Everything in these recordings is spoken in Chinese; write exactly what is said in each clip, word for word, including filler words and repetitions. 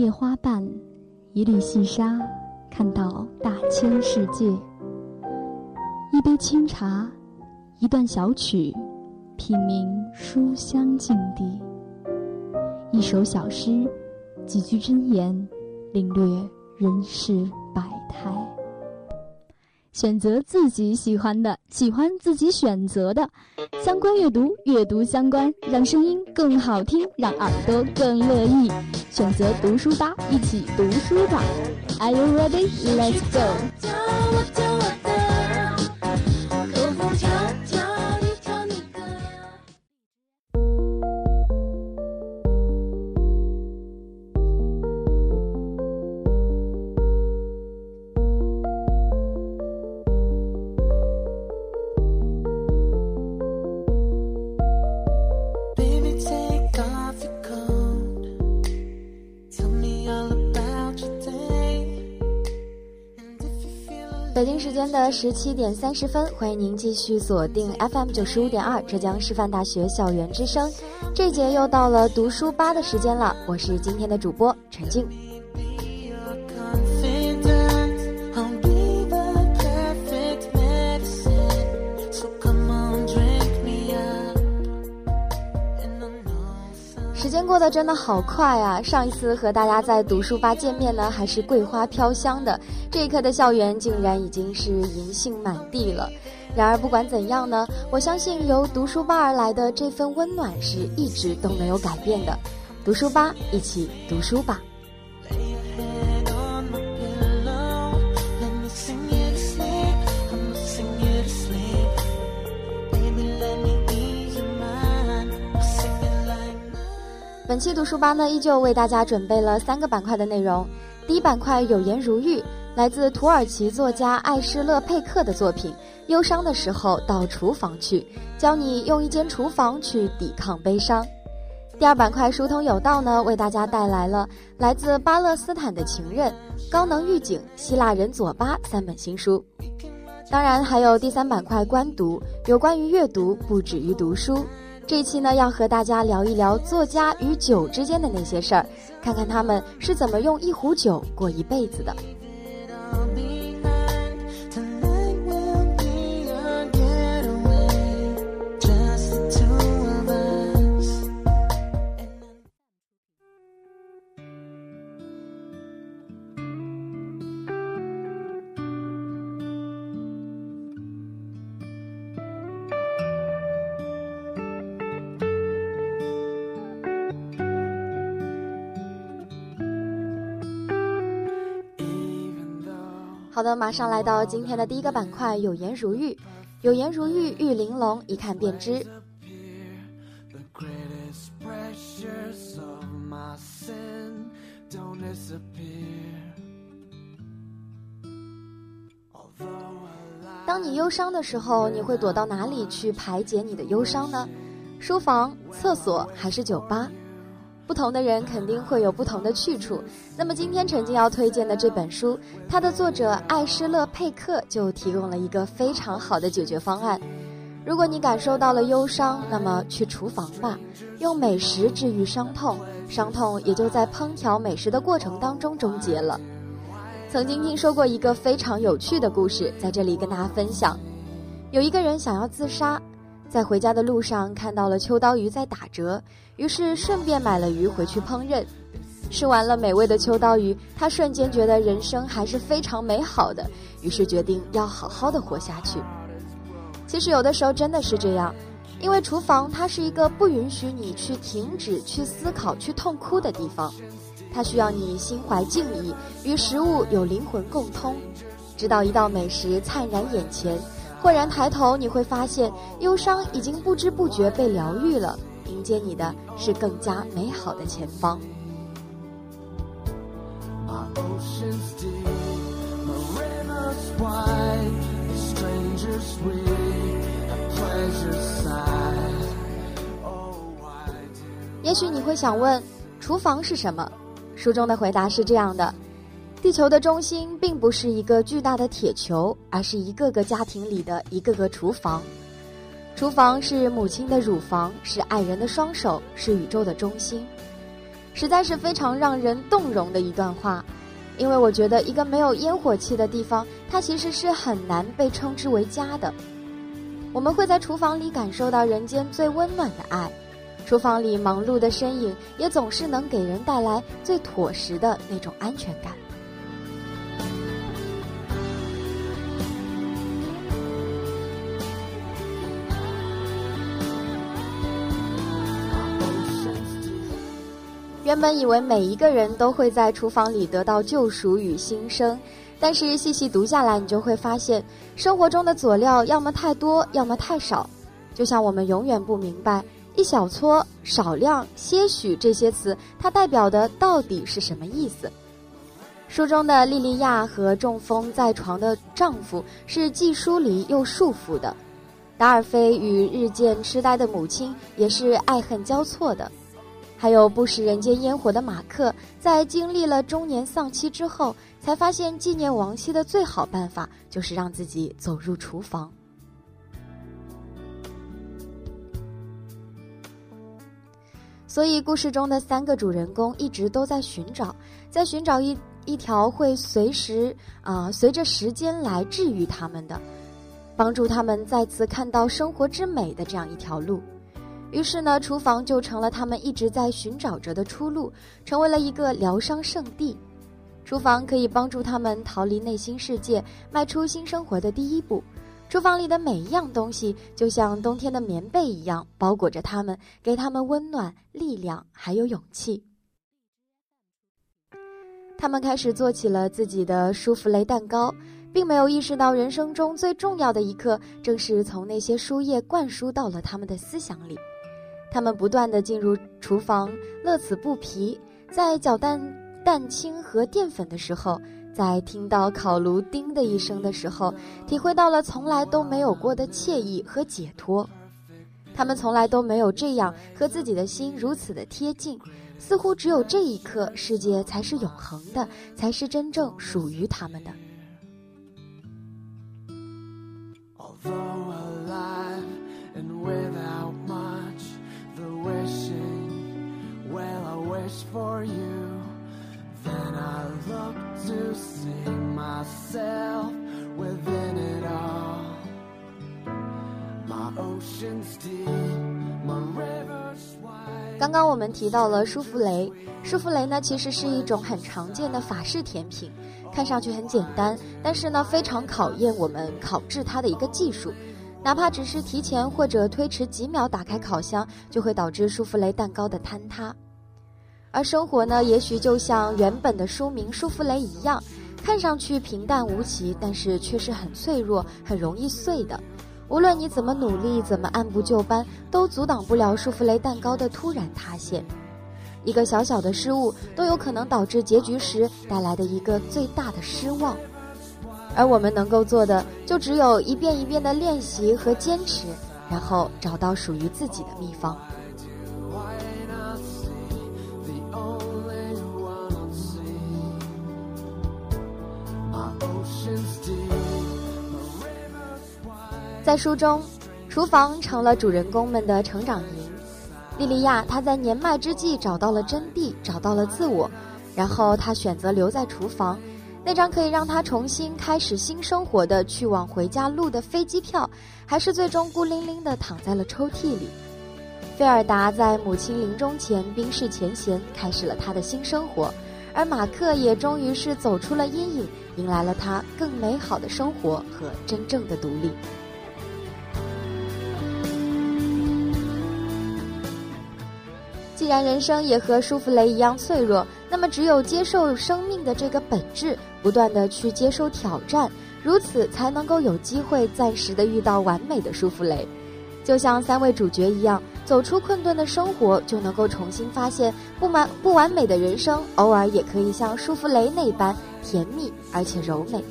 叶花瓣，一粒细沙，看到大千世界。一杯清茶，一段小曲，品茗书香境地。一首小诗，几句真言，领略人世百态。选择自己喜欢的，喜欢自己选择的。相关阅读，阅读相关，让声音更好听，让耳朵更乐意。选择读书吧，一起读书吧。Are you ready? Let's go. 北京时间的十七点三十分，欢迎您继续锁定 F M 九十五点二浙江师范大学校园之声。这节又到了读书吧的时间了，我是今天的主播陈静。时间过得真的好快啊！上一次和大家在读书吧见面呢，还是桂花飘香的，这一刻的校园竟然已经是银杏满地了。然而不管怎样呢，我相信由读书吧而来的这份温暖是一直都没有改变的。读书吧，一起读书吧。本期读书吧呢，依旧为大家准备了三个板块的内容。第一板块有言如玉，来自土耳其作家艾施勒佩克的作品《忧伤的时候到厨房去》，教你用一间厨房去抵抗悲伤。第二板块书通有道呢，为大家带来了来自巴勒斯坦的情人、高能预警、希腊人左巴三本新书。当然还有第三板块观读，有关于阅读不止于读书。这一期呢，要和大家聊一聊作家与酒之间的那些事儿，看看他们是怎么用一壶酒过一辈子的。好的，马上来到今天的第一个板块，有言如玉。有言如玉，玉玲珑，一看便知。当你忧伤的时候，你会躲到哪里去排解你的忧伤呢？书房、厕所还是酒吧？不同的人肯定会有不同的去处。那么今天陈静要推荐的这本书，它的作者艾施勒佩克就提供了一个非常好的解决方案。如果你感受到了忧伤，那么去厨房吧，用美食治愈伤痛，伤痛也就在烹调美食的过程当中终结了。曾经听说过一个非常有趣的故事，在这里跟大家分享。有一个人想要自杀，在回家的路上看到了秋刀鱼在打折，于是顺便买了鱼回去烹饪。吃完了美味的秋刀鱼，他瞬间觉得人生还是非常美好的，于是决定要好好的活下去。其实有的时候真的是这样，因为厨房它是一个不允许你去停止、去思考、去痛哭的地方，它需要你心怀敬意，与食物有灵魂共通，直到一道美食灿然眼前，豁然抬头，你会发现忧伤已经不知不觉被疗愈了，迎接你的是更加美好的前方。也许你会想问，厨房是什么？书中的回答是这样的：地球的中心并不是一个巨大的铁球，而是一个个家庭里的一个个厨房。厨房是母亲的乳房，是爱人的双手，是宇宙的中心。 实在是非常让人动容的一段话。因为我觉得一个没有烟火气的地方，它其实是很难被称之为家的。我们会在厨房里感受到人间最温暖的爱，厨房里忙碌的身影也总是能给人带来最妥实的那种安全感。原本以为每一个人都会在厨房里得到救赎与新生，但是细细读下来，你就会发现生活中的佐料要么太多，要么太少。就像我们永远不明白一小撮、少量、些许这些词，它代表的到底是什么意思。书中的莉莉亚和中风在床的丈夫是既疏离又束缚的，达尔菲与日渐痴呆的母亲也是爱恨交错的。还有不食人间烟火的马克，在经历了中年丧妻之后，才发现纪念亡妻的最好办法就是让自己走入厨房。所以故事中的三个主人公一直都在寻找，在寻找一一条会随时啊、呃、随着时间来治愈他们的，帮助他们再次看到生活之美的这样一条路。于是呢，厨房就成了他们一直在寻找着的出路，成为了一个疗伤圣地。厨房可以帮助他们逃离内心世界，迈出新生活的第一步。厨房里的每一样东西就像冬天的棉被一样，包裹着他们，给他们温暖、力量还有勇气。他们开始做起了自己的舒芙蕾蛋糕，并没有意识到人生中最重要的一刻正是从那些书页灌输到了他们的思想里。他们不断地进入厨房，乐此不疲，在搅蛋蛋清和淀粉的时候，在听到烤炉叮的一声的时候，体会到了从来都没有过的惬意和解脱。他们从来都没有这样和自己的心如此的贴近，似乎只有这一刻，世界才是永恒的，才是真正属于他们的。 For you, then I look to see myself within it all. My ocean's deep, my river's wide. 刚刚我们提到了舒芙蕾，舒芙蕾呢其实是一种很常见的法式甜品，看上去很简单，但是呢非常考验我们烤制它的一个技术。哪怕只是提前或者推迟几秒打开烤箱，就会导致舒芙蕾蛋糕的坍塌。而生活呢，也许就像原本的书名舒芙蕾一样，看上去平淡无奇，但是却是很脆弱，很容易碎的。无论你怎么努力，怎么按部就班，都阻挡不了舒芙蕾蛋糕的突然塌陷。一个小小的失误，都有可能导致结局时带来的一个最大的失望。而我们能够做的，就只有一遍一遍的练习和坚持，然后找到属于自己的秘方。在书中，厨房成了主人公们的成长营。莉莉亚她在年迈之际找到了真谛，找到了自我，然后她选择留在厨房，那张可以让她重新开始新生活的去往回家路的飞机票，还是最终孤零零地躺在了抽屉里。菲尔达在母亲临终前冰释前嫌，开始了他的新生活，而马克也终于是走出了阴影，迎来了他更美好的生活和真正的独立。既然人生也和舒芙蕾一样脆弱，那么只有接受生命的这个本质，不断地去接受挑战，如此才能够有机会暂时地遇到完美的舒芙蕾。就像三位主角一样，走出困顿的生活，就能够重新发现不完不完美的人生，偶尔也可以像舒芙蕾那般甜蜜而且柔美。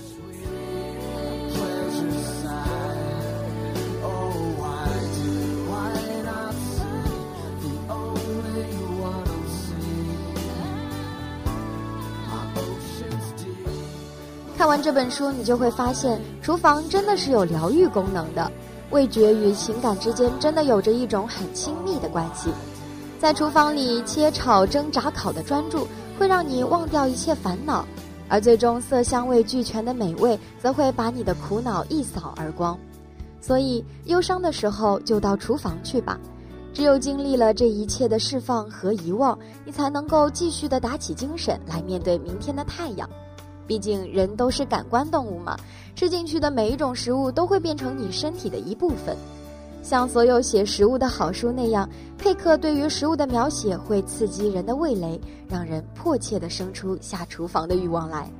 看完这本书，你就会发现，厨房真的是有疗愈功能的。味觉与情感之间真的有着一种很亲密的关系。 在厨房里切炒蒸炸烤的专注，会让你忘掉一切烦恼，而最终色香味俱全的美味，则会把你的苦恼一扫而光。所以，忧伤的时候就到厨房去吧。只有经历了这一切的释放和遗忘，你才能够继续的打起精神来面对明天的太阳。毕竟人都是感官动物嘛，吃进去的每一种食物都会变成你身体的一部分。像所有写食物的好书那样，佩克对于食物的描写会刺激人的味蕾，让人迫切地生出下厨房的欲望来。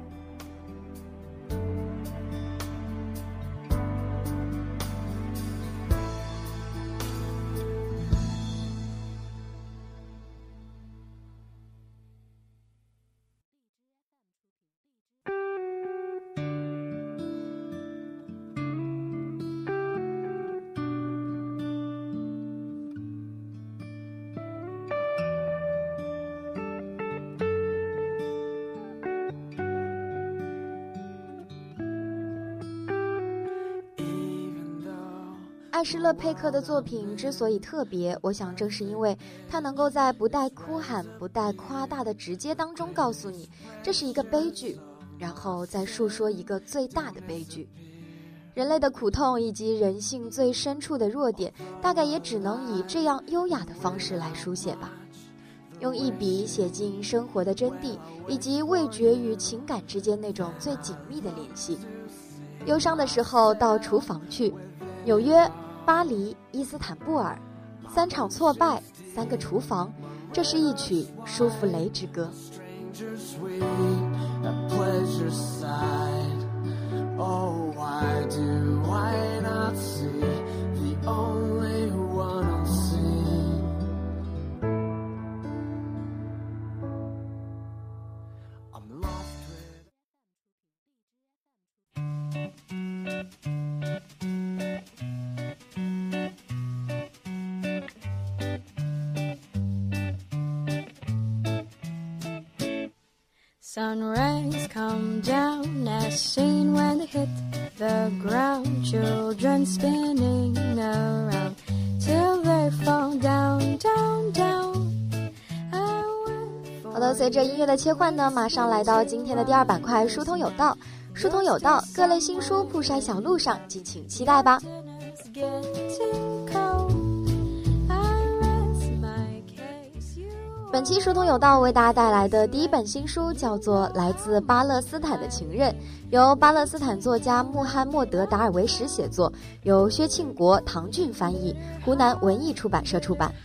艾施勒佩克的作品之所以特别，我想正是因为他能够在不带哭喊、不带夸大的直接当中告诉你这是一个悲剧，然后再述说一个最大的悲剧。人类的苦痛以及人性最深处的弱点，大概也只能以这样优雅的方式来书写吧。用一笔写尽生活的真谛，以及味觉与情感之间那种最紧密的联系。忧伤的时候到厨房去，纽约、巴黎、伊斯坦布尔，三场挫败，三个厨房，这是一曲舒芙蕾之歌。 Sunrays come down as seen when they hit the ground. Children spinning around till they fall down, down, down. 好的，随着音乐的切换呢，马上来到今天的第二板块，疏通有道。疏通有道，各类新书铺晒小路上，敬请期待吧。本期疏通有道为大家带来的第一本新书叫做《来自巴勒斯坦的情人》，由巴勒斯坦作家穆罕默德·达尔维什写作，由薛庆国、唐俊翻译，湖南文艺出版社出版。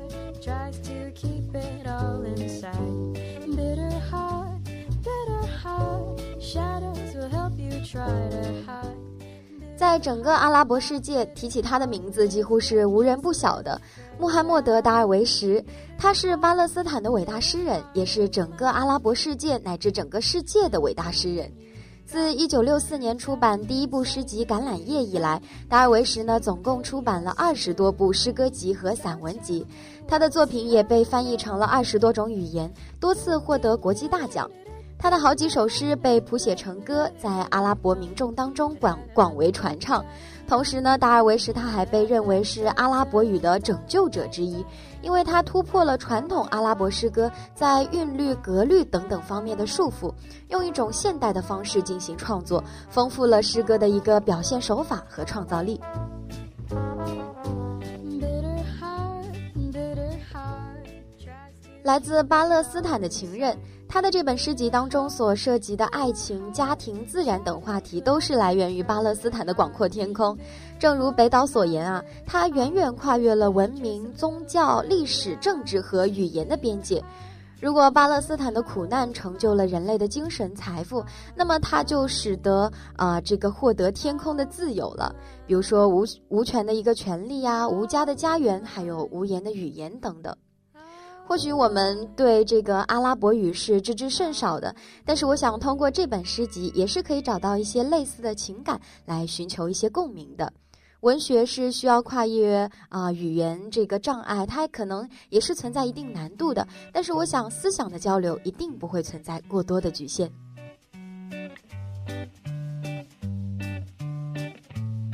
在整个阿拉伯世界，提起他的名字几乎是无人不晓的。穆罕默德·达尔维什，他是巴勒斯坦的伟大诗人，也是整个阿拉伯世界乃至整个世界的伟大诗人。自一九六四年出版第一部诗集《橄榄叶》以来，达尔维什呢总共出版了二十多部诗歌集和散文集，他的作品也被翻译成了二十多种语言，多次获得国际大奖。他的好几首诗被谱写成歌，在阿拉伯民众当中广广为传唱。同时呢，达尔维什他还被认为是阿拉伯语的拯救者之一，因为他突破了传统阿拉伯诗歌在韵律、格律等等方面的束缚，用一种现代的方式进行创作，丰富了诗歌的一个表现手法和创造力。来自巴勒斯坦的情人，他的这本诗集当中所涉及的爱情、家庭、自然等话题都是来源于巴勒斯坦的广阔天空。正如北岛所言啊，它远远跨越了文明、宗教、历史、政治和语言的边界。如果巴勒斯坦的苦难成就了人类的精神财富，那么它就使得啊、呃、这个获得天空的自由了。比如说无无权的一个权利啊，无家的家园，还有无言的语言等等。或许我们对这个阿拉伯语是知之甚少的，但是我想通过这本诗集也是可以找到一些类似的情感来寻求一些共鸣的。文学是需要跨越啊、呃、语言这个障碍，它可能也是存在一定难度的，但是我想思想的交流一定不会存在过多的局限。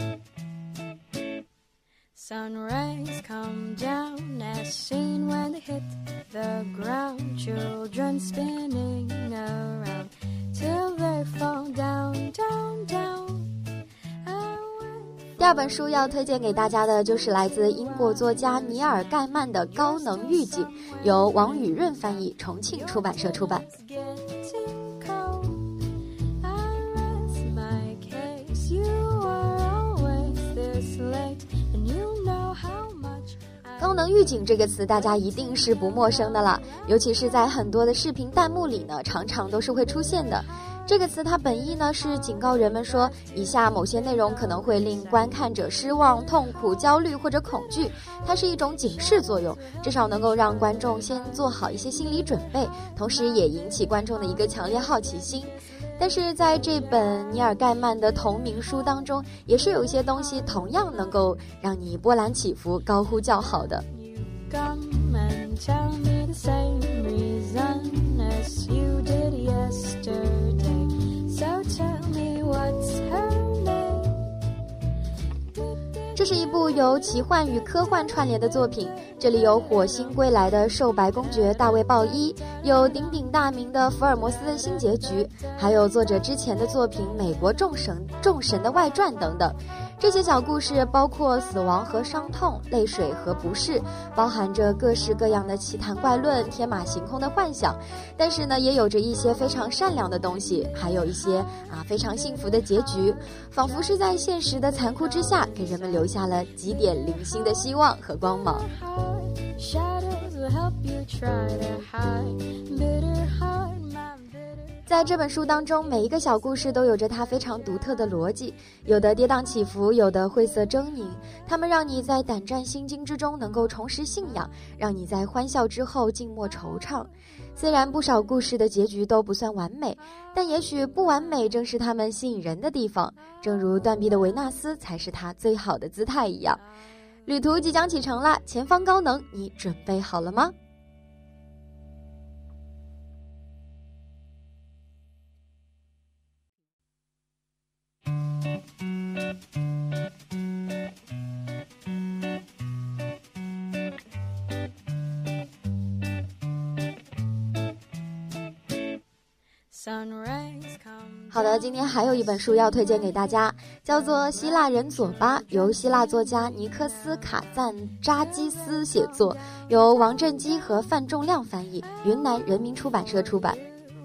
Sun rays come down as seen when they hit children spinning around till they fall down, down, down. 第二本书要推荐给大家的就是来自英国作家尼尔·盖曼的《高能预警》，由王雨润翻译，重庆出版社出版。高能预警这个词大家一定是不陌生的了，尤其是在很多的视频弹幕里呢，常常都是会出现的。这个词它本意呢是警告人们说，以下某些内容可能会令观看者失望、痛苦、焦虑或者恐惧，它是一种警示作用，至少能够让观众先做好一些心理准备，同时也引起观众的一个强烈好奇心。但是在这本尼尔·盖曼的同名书当中，也是有一些东西同样能够让你波澜起伏、高呼叫好的。这是一部由奇幻与科幻串联的作品，这里有火星归来的瘦白公爵大卫鲍伊，有鼎鼎大名的福尔摩斯的新结局，还有作者之前的作品《美国众神众神的外传》等等。这些小故事包括死亡和伤痛、泪水和不适，包含着各式各样的奇谈怪论、天马行空的幻想，但是呢，也有着一些非常善良的东西，还有一些啊非常幸福的结局，仿佛是在现实的残酷之下，给人们留下了几点零星的希望和光芒。在这本书当中，每一个小故事都有着它非常独特的逻辑，有的跌宕起伏，有的晦涩狰狞，它们让你在胆战心惊之中能够重拾信仰，让你在欢笑之后静默惆怅。虽然不少故事的结局都不算完美，但也许不完美正是它们吸引人的地方，正如断臂的维纳斯才是它最好的姿态一样。旅途即将启程了，前方高能，你准备好了吗？好的，今天还有一本书要推荐给大家，叫做《希腊人佐巴》，由希腊作家尼科斯·卡赞扎基斯写作，由王振基和范仲亮翻译，云南人民出版社出版。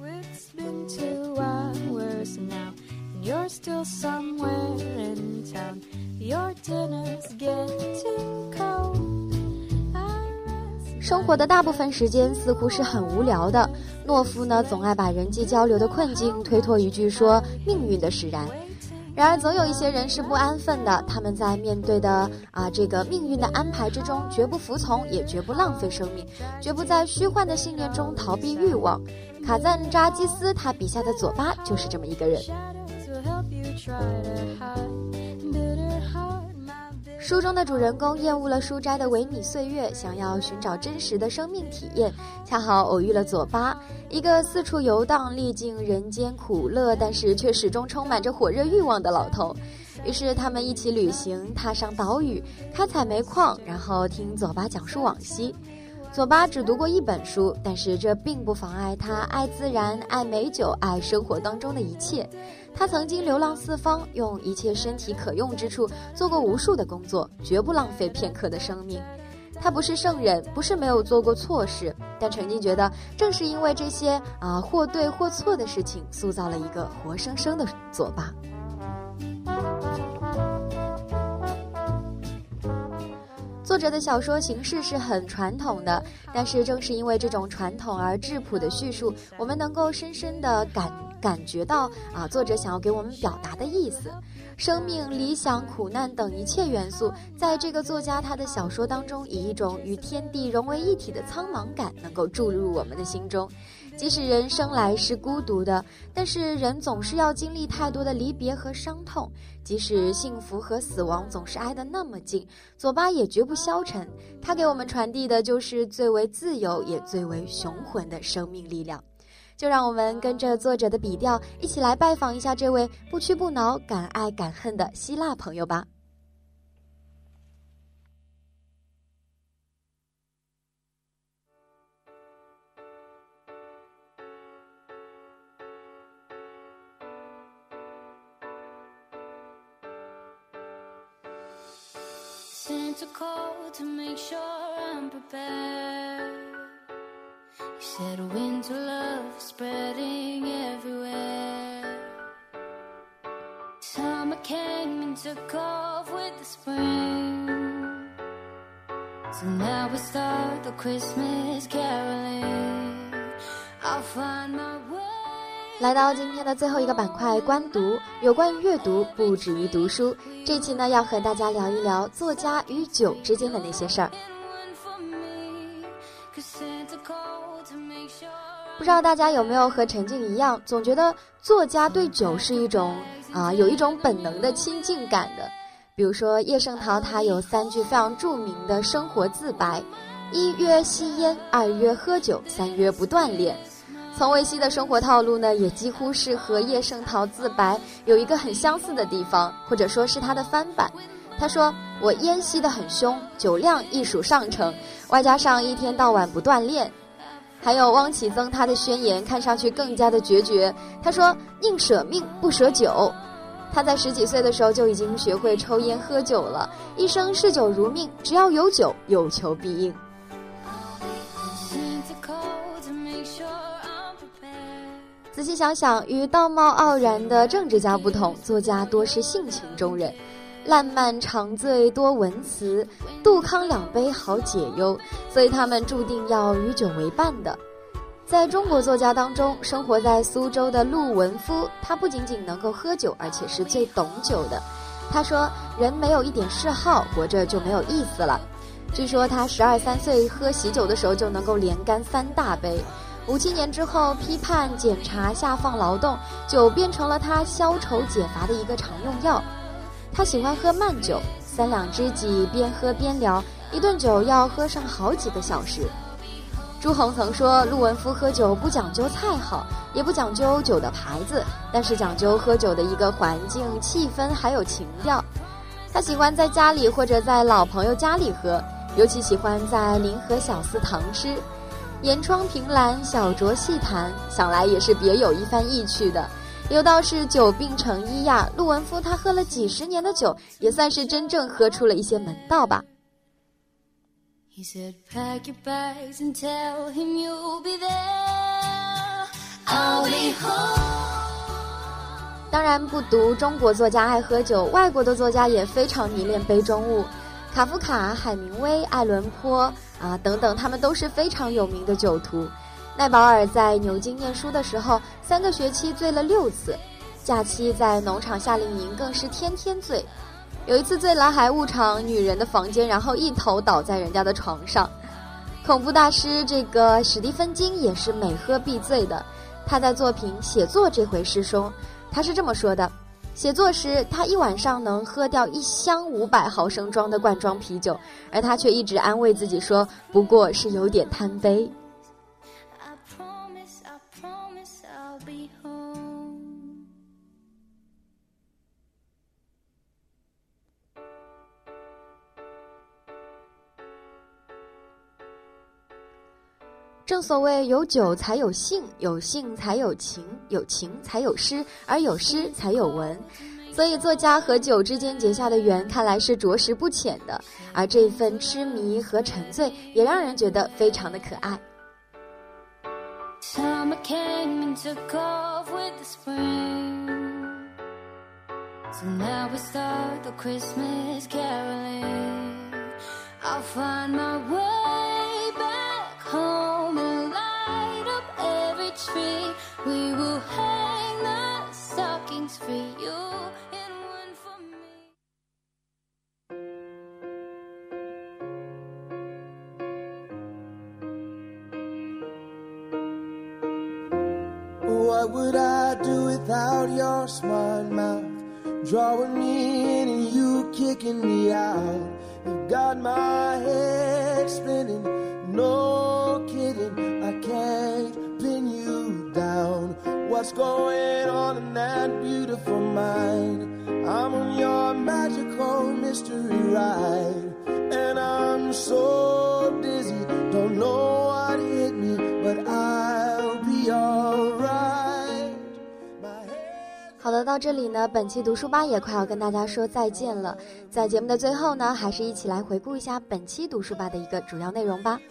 生活的大部分时间似乎是很无聊的，懦夫呢总爱把人际交流的困境推脱一句说命运的使然。然而总有一些人是不安分的，他们在面对的啊这个命运的安排之中绝不服从，也绝不浪费生命，绝不在虚幻的信念中逃避欲望。卡赞扎基斯他笔下的佐巴就是这么一个人。书中的主人公厌恶了书斋的萎靡岁月，想要寻找真实的生命体验，恰好偶遇了佐巴，一个四处游荡、历尽人间苦乐，但是却始终充满着火热欲望的老头。于是他们一起旅行，踏上岛屿，开采煤矿，然后听佐巴讲述往昔。佐巴只读过一本书，但是这并不妨碍他爱自然、爱美酒、爱生活当中的一切。他曾经流浪四方，用一切身体可用之处做过无数的工作，绝不浪费片刻的生命。他不是圣人，不是没有做过错事，但曾经觉得正是因为这些啊、呃、或对或错的事情，塑造了一个活生生的佐巴。作者的小说形式是很传统的，但是正是因为这种传统而质朴的叙述，我们能够深深地感感觉到啊，作者想要给我们表达的意思。生命、理想、苦难等一切元素，在这个作家他的小说当中，以一种与天地融为一体的苍茫感，能够注入我们的心中。即使人生来是孤独的，但是人总是要经历太多的离别和伤痛。即使幸福和死亡总是挨得那么近，佐巴也绝不消沉。他给我们传递的就是最为自由也最为雄浑的生命力量。就让我们跟着作者的笔调，一起来拜访一下这位不屈不挠、敢爱敢恨的希腊朋友吧。 Santa called to make sure I'm prepared. You said winter love is spreading everywhere. Summer came and took off with the spring. So now we start the Christmas caroling. I'll find my way. 来到今天的最后一个板块观读，有关于阅读不止于读书。这期呢要和大家聊一聊作家与酒之间的那些事儿。不知道大家有没有和陈静一样，总觉得作家对酒是一种啊、呃、有一种本能的亲近感的。比如说叶圣陶他有三句非常著名的生活自白：一曰吸烟，二曰喝酒，三曰不锻炼。从维希的生活套路呢，也几乎是和叶圣陶自白有一个很相似的地方，或者说是他的翻版。他说：我烟吸得很凶，酒量亦属上乘，外加上一天到晚不锻炼。还有汪启增他的宣言看上去更加的决绝，他说：宁舍命不舍酒。他在十几岁的时候就已经学会抽烟喝酒了，一生嗜酒如命，只要有酒有求必应。仔细想想，与道貌岸然的政治家不同，作家多是性情中人，烂漫长醉多文辞，杜康两杯好解忧，所以他们注定要与酒为伴的。在中国作家当中，生活在苏州的陆文夫，他不仅仅能够喝酒，而且是最懂酒的。他说：人没有一点嗜好，活着就没有意思了。据说他十二三岁喝喜酒的时候就能够连干三大杯。五七年之后，批判、检查、下放劳动，酒变成了他消愁解乏的一个常用药。他喜欢喝慢酒，三两知己边喝边聊，一顿酒要喝上好几个小时。朱红曾说，陆文夫喝酒不讲究菜好，也不讲究酒的牌子，但是讲究喝酒的一个环境、气氛还有情调。他喜欢在家里或者在老朋友家里喝，尤其喜欢在临河小祠堂吃。沿窗凭栏，小酌细谈，想来也是别有一番意趣的。有道是久病成医呀，陆文夫他喝了几十年的酒，也算是真正喝出了一些门道吧。 He said, pack your bags and tell him you'll be there. I'll be home. 当然不独中国作家爱喝酒，外国的作家也非常迷恋杯中物。卡夫卡、海明威、爱伦坡啊等等，他们都是非常有名的酒徒。奈保尔在牛津念书的时候，三个学期醉了六次，假期在农场夏令营更是天天醉。有一次醉了还误闯女人的房间，然后一头倒在人家的床上。恐怖大师这个史蒂芬金也是每喝必醉的。他在作品《写作这回事》中，他是这么说的：写作时，他一晚上能喝掉一箱五百毫升装的罐装啤酒，而他却一直安慰自己说，不过是有点贪杯。 I promise, I promise I'll be home. 正所谓有酒才有性，有性才有情，有情才有诗，而有诗才有文。所以作家和酒之间结下的缘看来是着实不浅的，而这份痴迷和沉醉也让人觉得非常的可爱。 Summer came and took off with the spring. So now we start the Christmas caroling. I'll find my way back home and light up every tree. We will hang the stockings for you and one for me. What would I do without your smart mouth? Drawing me in and you kicking me out. You've got my head spinning, no kidding. I can't pin you down. What's going on in that beautiful mind? I'm on your magical mystery ride, and I'm so dizzy, don't know what hit me, but I'll be alright. 好的， 了，到这里呢，本期读书吧也快要跟大家说再见了。在节目的最后呢，还是一起来回顾一下本期读书吧的一个主要内容吧。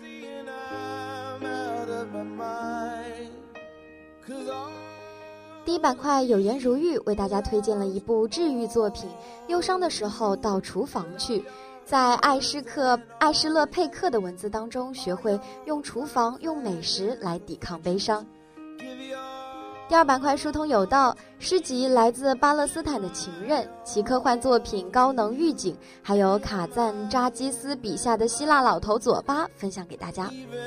第一板块有颜如玉为大家推荐了一部治愈作品，忧伤的时候到厨房去，在艾诗克艾诗勒佩克的文字当中学会用厨房用美食来抵抗悲伤。第二板块疏通有道，诗集来自巴勒斯坦的情人，其科幻作品高能预警，还有卡赞扎基斯笔下的希腊老头佐巴分享给大家。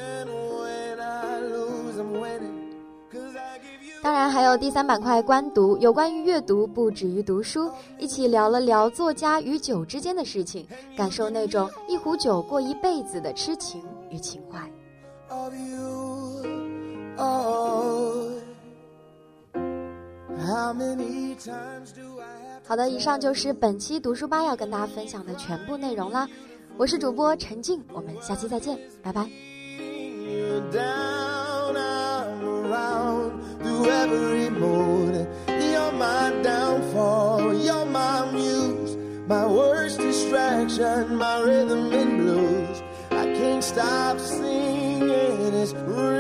当然还有第三板块观读，有关于阅读不止于读书，一起聊了聊作家与酒之间的事情，感受那种一壶酒过一辈子的痴情与情怀。好的，以上就是本期读书吧要跟大家分享的全部内容啦。我是主播陈静，我们下期再见，拜拜。 Every mood, you're my downfall, you're my muse, my worst distraction, my rhythm and blues. I can't stop singing, it's real.